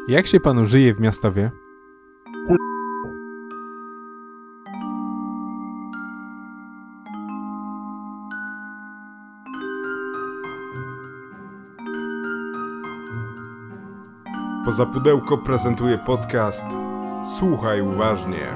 Jak się panu żyje w Miastowie? Poza Pudełko prezentuje podcast Słuchaj uważnie.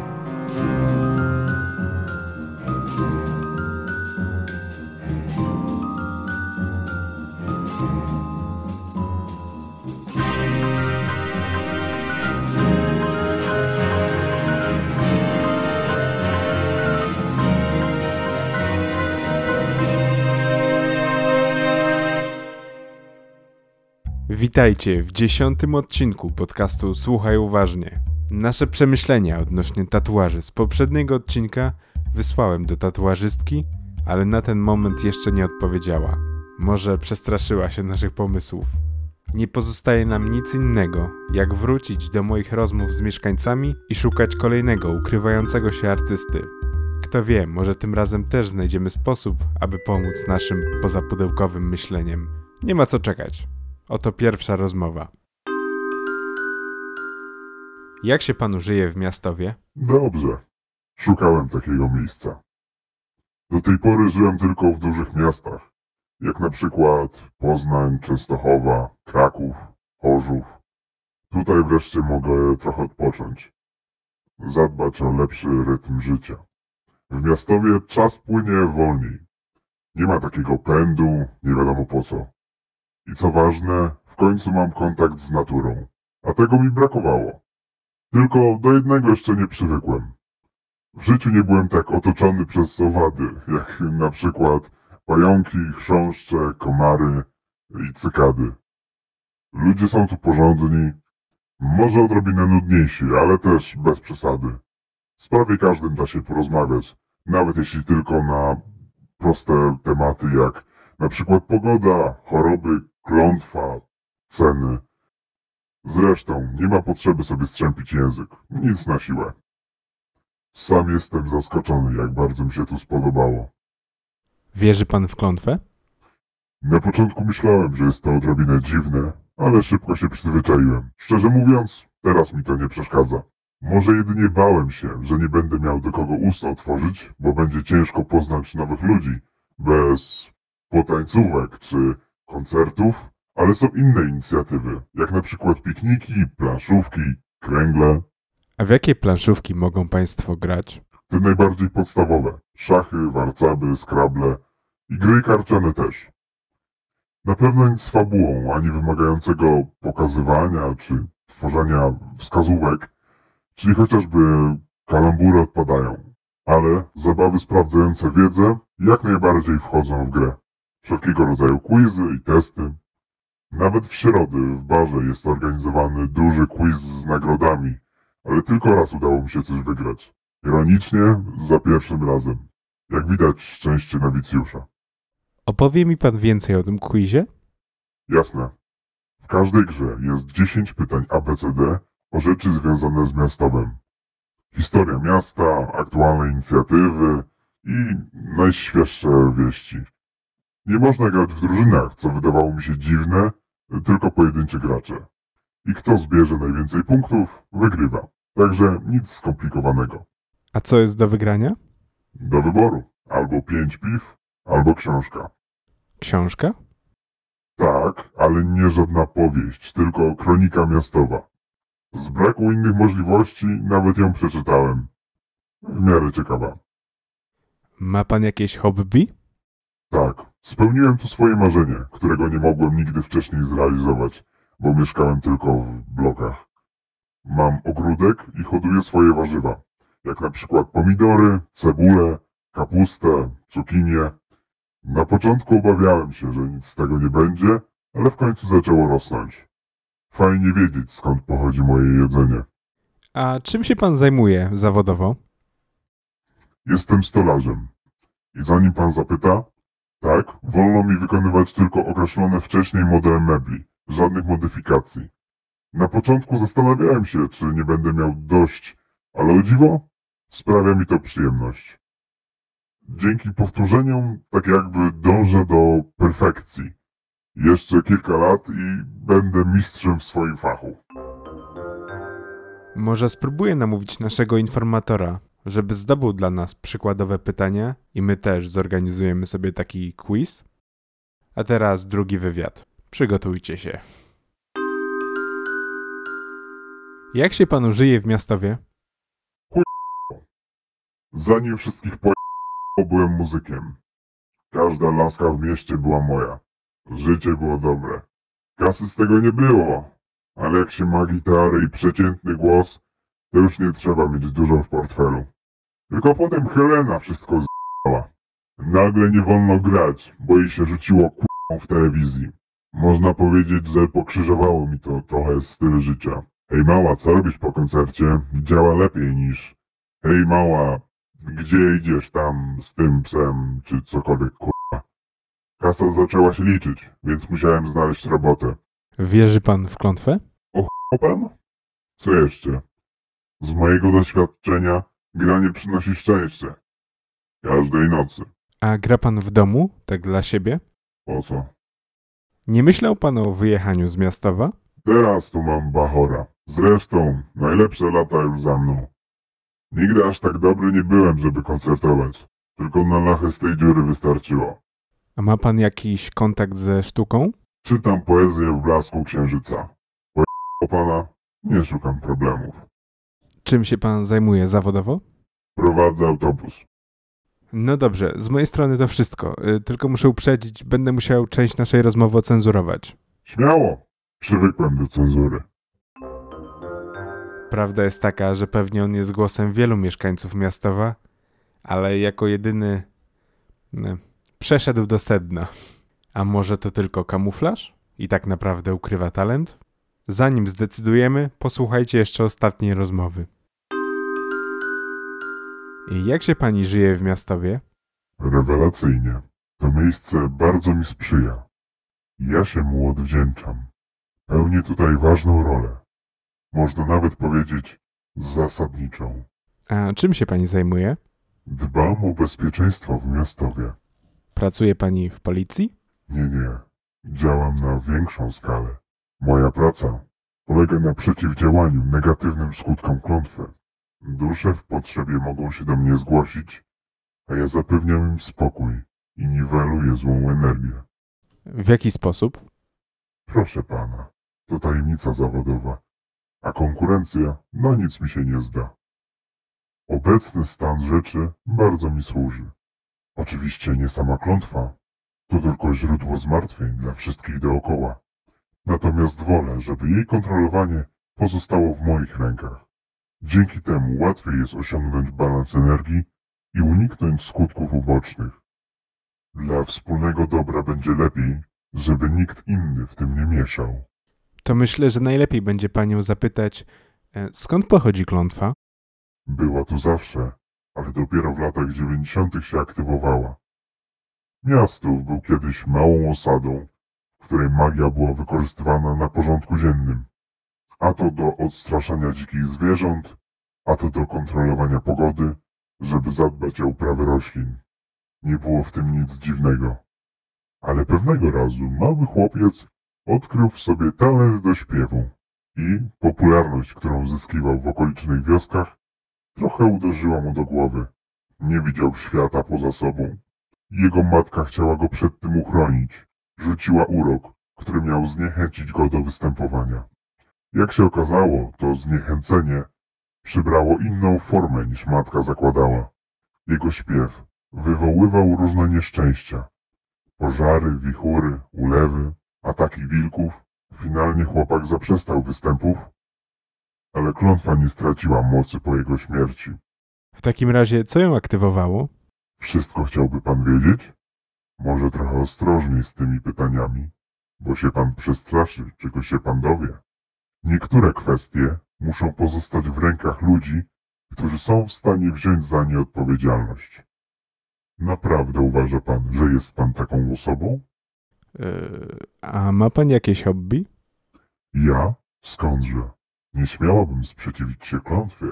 Witajcie w 10. odcinku podcastu Słuchaj uważnie. Nasze przemyślenia odnośnie tatuaży z poprzedniego odcinka wysłałem do tatuażystki, ale na ten moment jeszcze nie odpowiedziała. Może przestraszyła się naszych pomysłów. Nie pozostaje nam nic innego, jak wrócić do moich rozmów z mieszkańcami i szukać kolejnego ukrywającego się artysty. Kto wie, może tym razem też znajdziemy sposób, aby pomóc naszym pozapudełkowym myśleniem. Nie ma co czekać. Oto pierwsza rozmowa. Jak się panu żyje w Miastowie? Dobrze. Szukałem takiego miejsca. Do tej pory żyłem tylko w dużych miastach, jak na przykład Poznań, Częstochowa, Kraków, Chorzów. Tutaj wreszcie mogę trochę odpocząć, zadbać o lepszy rytm życia. W Miastowie czas płynie wolniej. Nie ma takiego pędu, nie wiadomo po co. I co ważne, w końcu mam kontakt z naturą, a tego mi brakowało. Tylko do jednego jeszcze nie przywykłem. W życiu nie byłem tak otoczony przez owady, jak na przykład pająki, chrząszcze, komary i cykady. Ludzie są tu porządni, może odrobinę nudniejsi, ale też bez przesady. Z prawie każdym da się porozmawiać, nawet jeśli tylko na proste tematy jak na przykład pogoda, choroby, klątwa, ceny. Zresztą nie ma potrzeby sobie strzępić język, nic na siłę. Sam jestem zaskoczony, jak bardzo mi się tu spodobało. Wierzy pan w klątwę? Na początku myślałem, że jest to odrobinę dziwne, ale szybko się przyzwyczaiłem. Szczerze mówiąc, teraz mi to nie przeszkadza. Może jedynie bałem się, że nie będę miał do kogo usta otworzyć, bo będzie ciężko poznać nowych ludzi, bez potańcówek czy koncertów, ale są inne inicjatywy, jak na przykład pikniki, planszówki, kręgle. A w jakie planszówki mogą państwo grać? Te najbardziej podstawowe, szachy, warcaby, skrable i gry karciane też. Na pewno nic z fabułą, ani wymagającego pokazywania czy tworzenia wskazówek, czyli chociażby kalambury odpadają, ale zabawy sprawdzające wiedzę jak najbardziej wchodzą w grę. Wszelkiego rodzaju quizy i testy. Nawet w środy w barze jest organizowany duży quiz z nagrodami, ale tylko raz udało mi się coś wygrać. Ironicznie, za pierwszym razem. Jak widać, szczęście nowicjusza. Opowie mi pan więcej o tym quizie? Jasne. W każdej grze jest 10 pytań ABCD o rzeczy związane z Miastowem. Historia miasta, aktualne inicjatywy i najświeższe wieści. Nie można grać w drużynach, co wydawało mi się dziwne, tylko pojedynczy gracze. I kto zbierze najwięcej punktów, wygrywa. Także nic skomplikowanego. A co jest do wygrania? Do wyboru. Albo 5 piw, albo książka. Książka? Tak, ale nie żadna powieść, tylko kronika miastowa. Z braku innych możliwości nawet ją przeczytałem. W miarę ciekawa. Ma pan jakieś hobby? Tak, spełniłem tu swoje marzenie, którego nie mogłem nigdy wcześniej zrealizować, bo mieszkałem tylko w blokach. Mam ogródek i hoduję swoje warzywa, jak na przykład pomidory, cebulę, kapustę, cukinię. Na początku obawiałem się, że nic z tego nie będzie, ale w końcu zaczęło rosnąć. Fajnie wiedzieć, skąd pochodzi moje jedzenie. A czym się pan zajmuje zawodowo? Jestem stolarzem. I zanim pan zapyta, tak, wolno mi wykonywać tylko określone wcześniej modele mebli, żadnych modyfikacji. Na początku zastanawiałem się, czy nie będę miał dość, ale o dziwo, sprawia mi to przyjemność. Dzięki powtórzeniom tak jakby dążę do perfekcji. Jeszcze kilka lat i będę mistrzem w swoim fachu. Może spróbuję namówić naszego informatora, żeby zdobył dla nas przykładowe pytania i my też zorganizujemy sobie taki quiz? A teraz drugi wywiad. Przygotujcie się. Jak się panu żyje w Miastowie? Zanim wszystkich byłem muzykiem. Każda laska w mieście była moja. Życie było dobre. Kasy z tego nie było. Ale jak się ma gitarę i przeciętny głos, to już nie trzeba mieć dużo w portfelu. Tylko potem Helena wszystko z***ała. Nagle nie wolno grać, bo jej się rzuciło k***ą w telewizji. Można powiedzieć, że pokrzyżowało mi to trochę styl życia. Hej mała, co robisz po koncercie? Działa lepiej niż hej mała, gdzie idziesz tam z tym psem, czy cokolwiek k***a. Kasa zaczęła się liczyć, więc musiałem znaleźć robotę. Wierzy pan w klątwę? O pan? Co jeszcze? Z mojego doświadczenia granie przynosi szczęście. Każdej nocy. A gra pan w domu, tak dla siebie? Po co? Nie myślał pan o wyjechaniu z Miastowa? Teraz tu mam bachora. Zresztą, najlepsze lata już za mną. Nigdy aż tak dobry nie byłem, żeby koncertować. Tylko na lachę z tej dziury wystarczyło. A ma pan jakiś kontakt ze sztuką? Czytam poezję w blasku księżyca. O pana, nie szukam problemów. Czym się pan zajmuje zawodowo? Prowadzę autobus. No dobrze, z mojej strony to wszystko. Tylko muszę uprzedzić, będę musiał część naszej rozmowy ocenzurować. Śmiało, przywykłem do cenzury. Prawda jest taka, że pewnie on jest głosem wielu mieszkańców Miastowa, ale jako jedyny przeszedł do sedna. A może to tylko kamuflaż? I tak naprawdę ukrywa talent? Zanim zdecydujemy, posłuchajcie jeszcze ostatniej rozmowy. I jak się pani żyje w Miastowie? Rewelacyjnie. To miejsce bardzo mi sprzyja. Ja się mu odwdzięczam. Pełnię tutaj ważną rolę. Można nawet powiedzieć zasadniczą. A czym się pani zajmuje? Dbam o bezpieczeństwo w Miastowie. Pracuje pani w policji? Nie. Działam na większą skalę. Moja praca polega na przeciwdziałaniu negatywnym skutkom klątwy. Dusze w potrzebie mogą się do mnie zgłosić, a ja zapewniam im spokój i niweluję złą energię. W jaki sposób? Proszę pana, to tajemnica zawodowa, a konkurencja na nic mi się nie zda. Obecny stan rzeczy bardzo mi służy. Oczywiście nie sama klątwa, to tylko źródło zmartwień dla wszystkich dookoła. Natomiast wolę, żeby jej kontrolowanie pozostało w moich rękach. Dzięki temu łatwiej jest osiągnąć balans energii i uniknąć skutków ubocznych. Dla wspólnego dobra będzie lepiej, żeby nikt inny w tym nie mieszał. To myślę, że najlepiej będzie panią zapytać, skąd pochodzi klątwa? Była tu zawsze, ale dopiero w latach 90. się aktywowała. Miastów był kiedyś małą osadą, w której magia była wykorzystywana na porządku dziennym. A to do odstraszania dzikich zwierząt, a to do kontrolowania pogody, żeby zadbać o uprawy roślin. Nie było w tym nic dziwnego. Ale pewnego razu mały chłopiec odkrył w sobie talent do śpiewu i popularność, którą zyskiwał w okolicznych wioskach, trochę uderzyła mu do głowy. Nie widział świata poza sobą. Jego matka chciała go przed tym uchronić. Rzuciła urok, który miał zniechęcić go do występowania. Jak się okazało, to zniechęcenie przybrało inną formę niż matka zakładała. Jego śpiew wywoływał różne nieszczęścia. Pożary, wichury, ulewy, ataki wilków. Finalnie chłopak zaprzestał występów, ale klątwa nie straciła mocy po jego śmierci. W takim razie, co ją aktywowało? Wszystko chciałby pan wiedzieć? Może trochę ostrożniej z tymi pytaniami, bo się pan przestraszy, czego się pan dowie. Niektóre kwestie muszą pozostać w rękach ludzi, którzy są w stanie wziąć za nie odpowiedzialność. Naprawdę uważa pan, że jest pan taką osobą? A ma pan jakieś hobby? Ja? Skądże? Nie śmiałabym sprzeciwić się klątwie.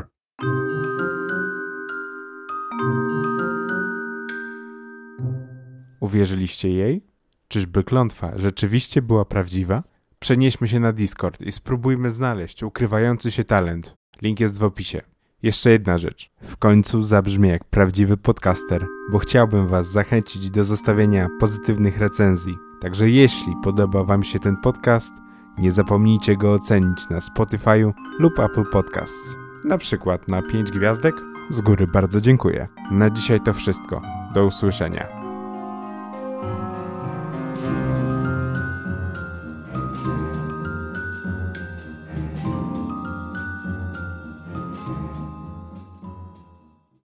Uwierzyliście jej? Czyżby klątwa rzeczywiście była prawdziwa? Przenieśmy się na Discord i spróbujmy znaleźć ukrywający się talent. Link jest w opisie. Jeszcze jedna rzecz. W końcu zabrzmię jak prawdziwy podcaster, bo chciałbym Was zachęcić do zostawienia pozytywnych recenzji. Także jeśli podoba Wam się ten podcast, nie zapomnijcie go ocenić na Spotify'u lub Apple Podcasts. Na przykład na 5 gwiazdek? Z góry bardzo dziękuję. Na dzisiaj to wszystko. Do usłyszenia.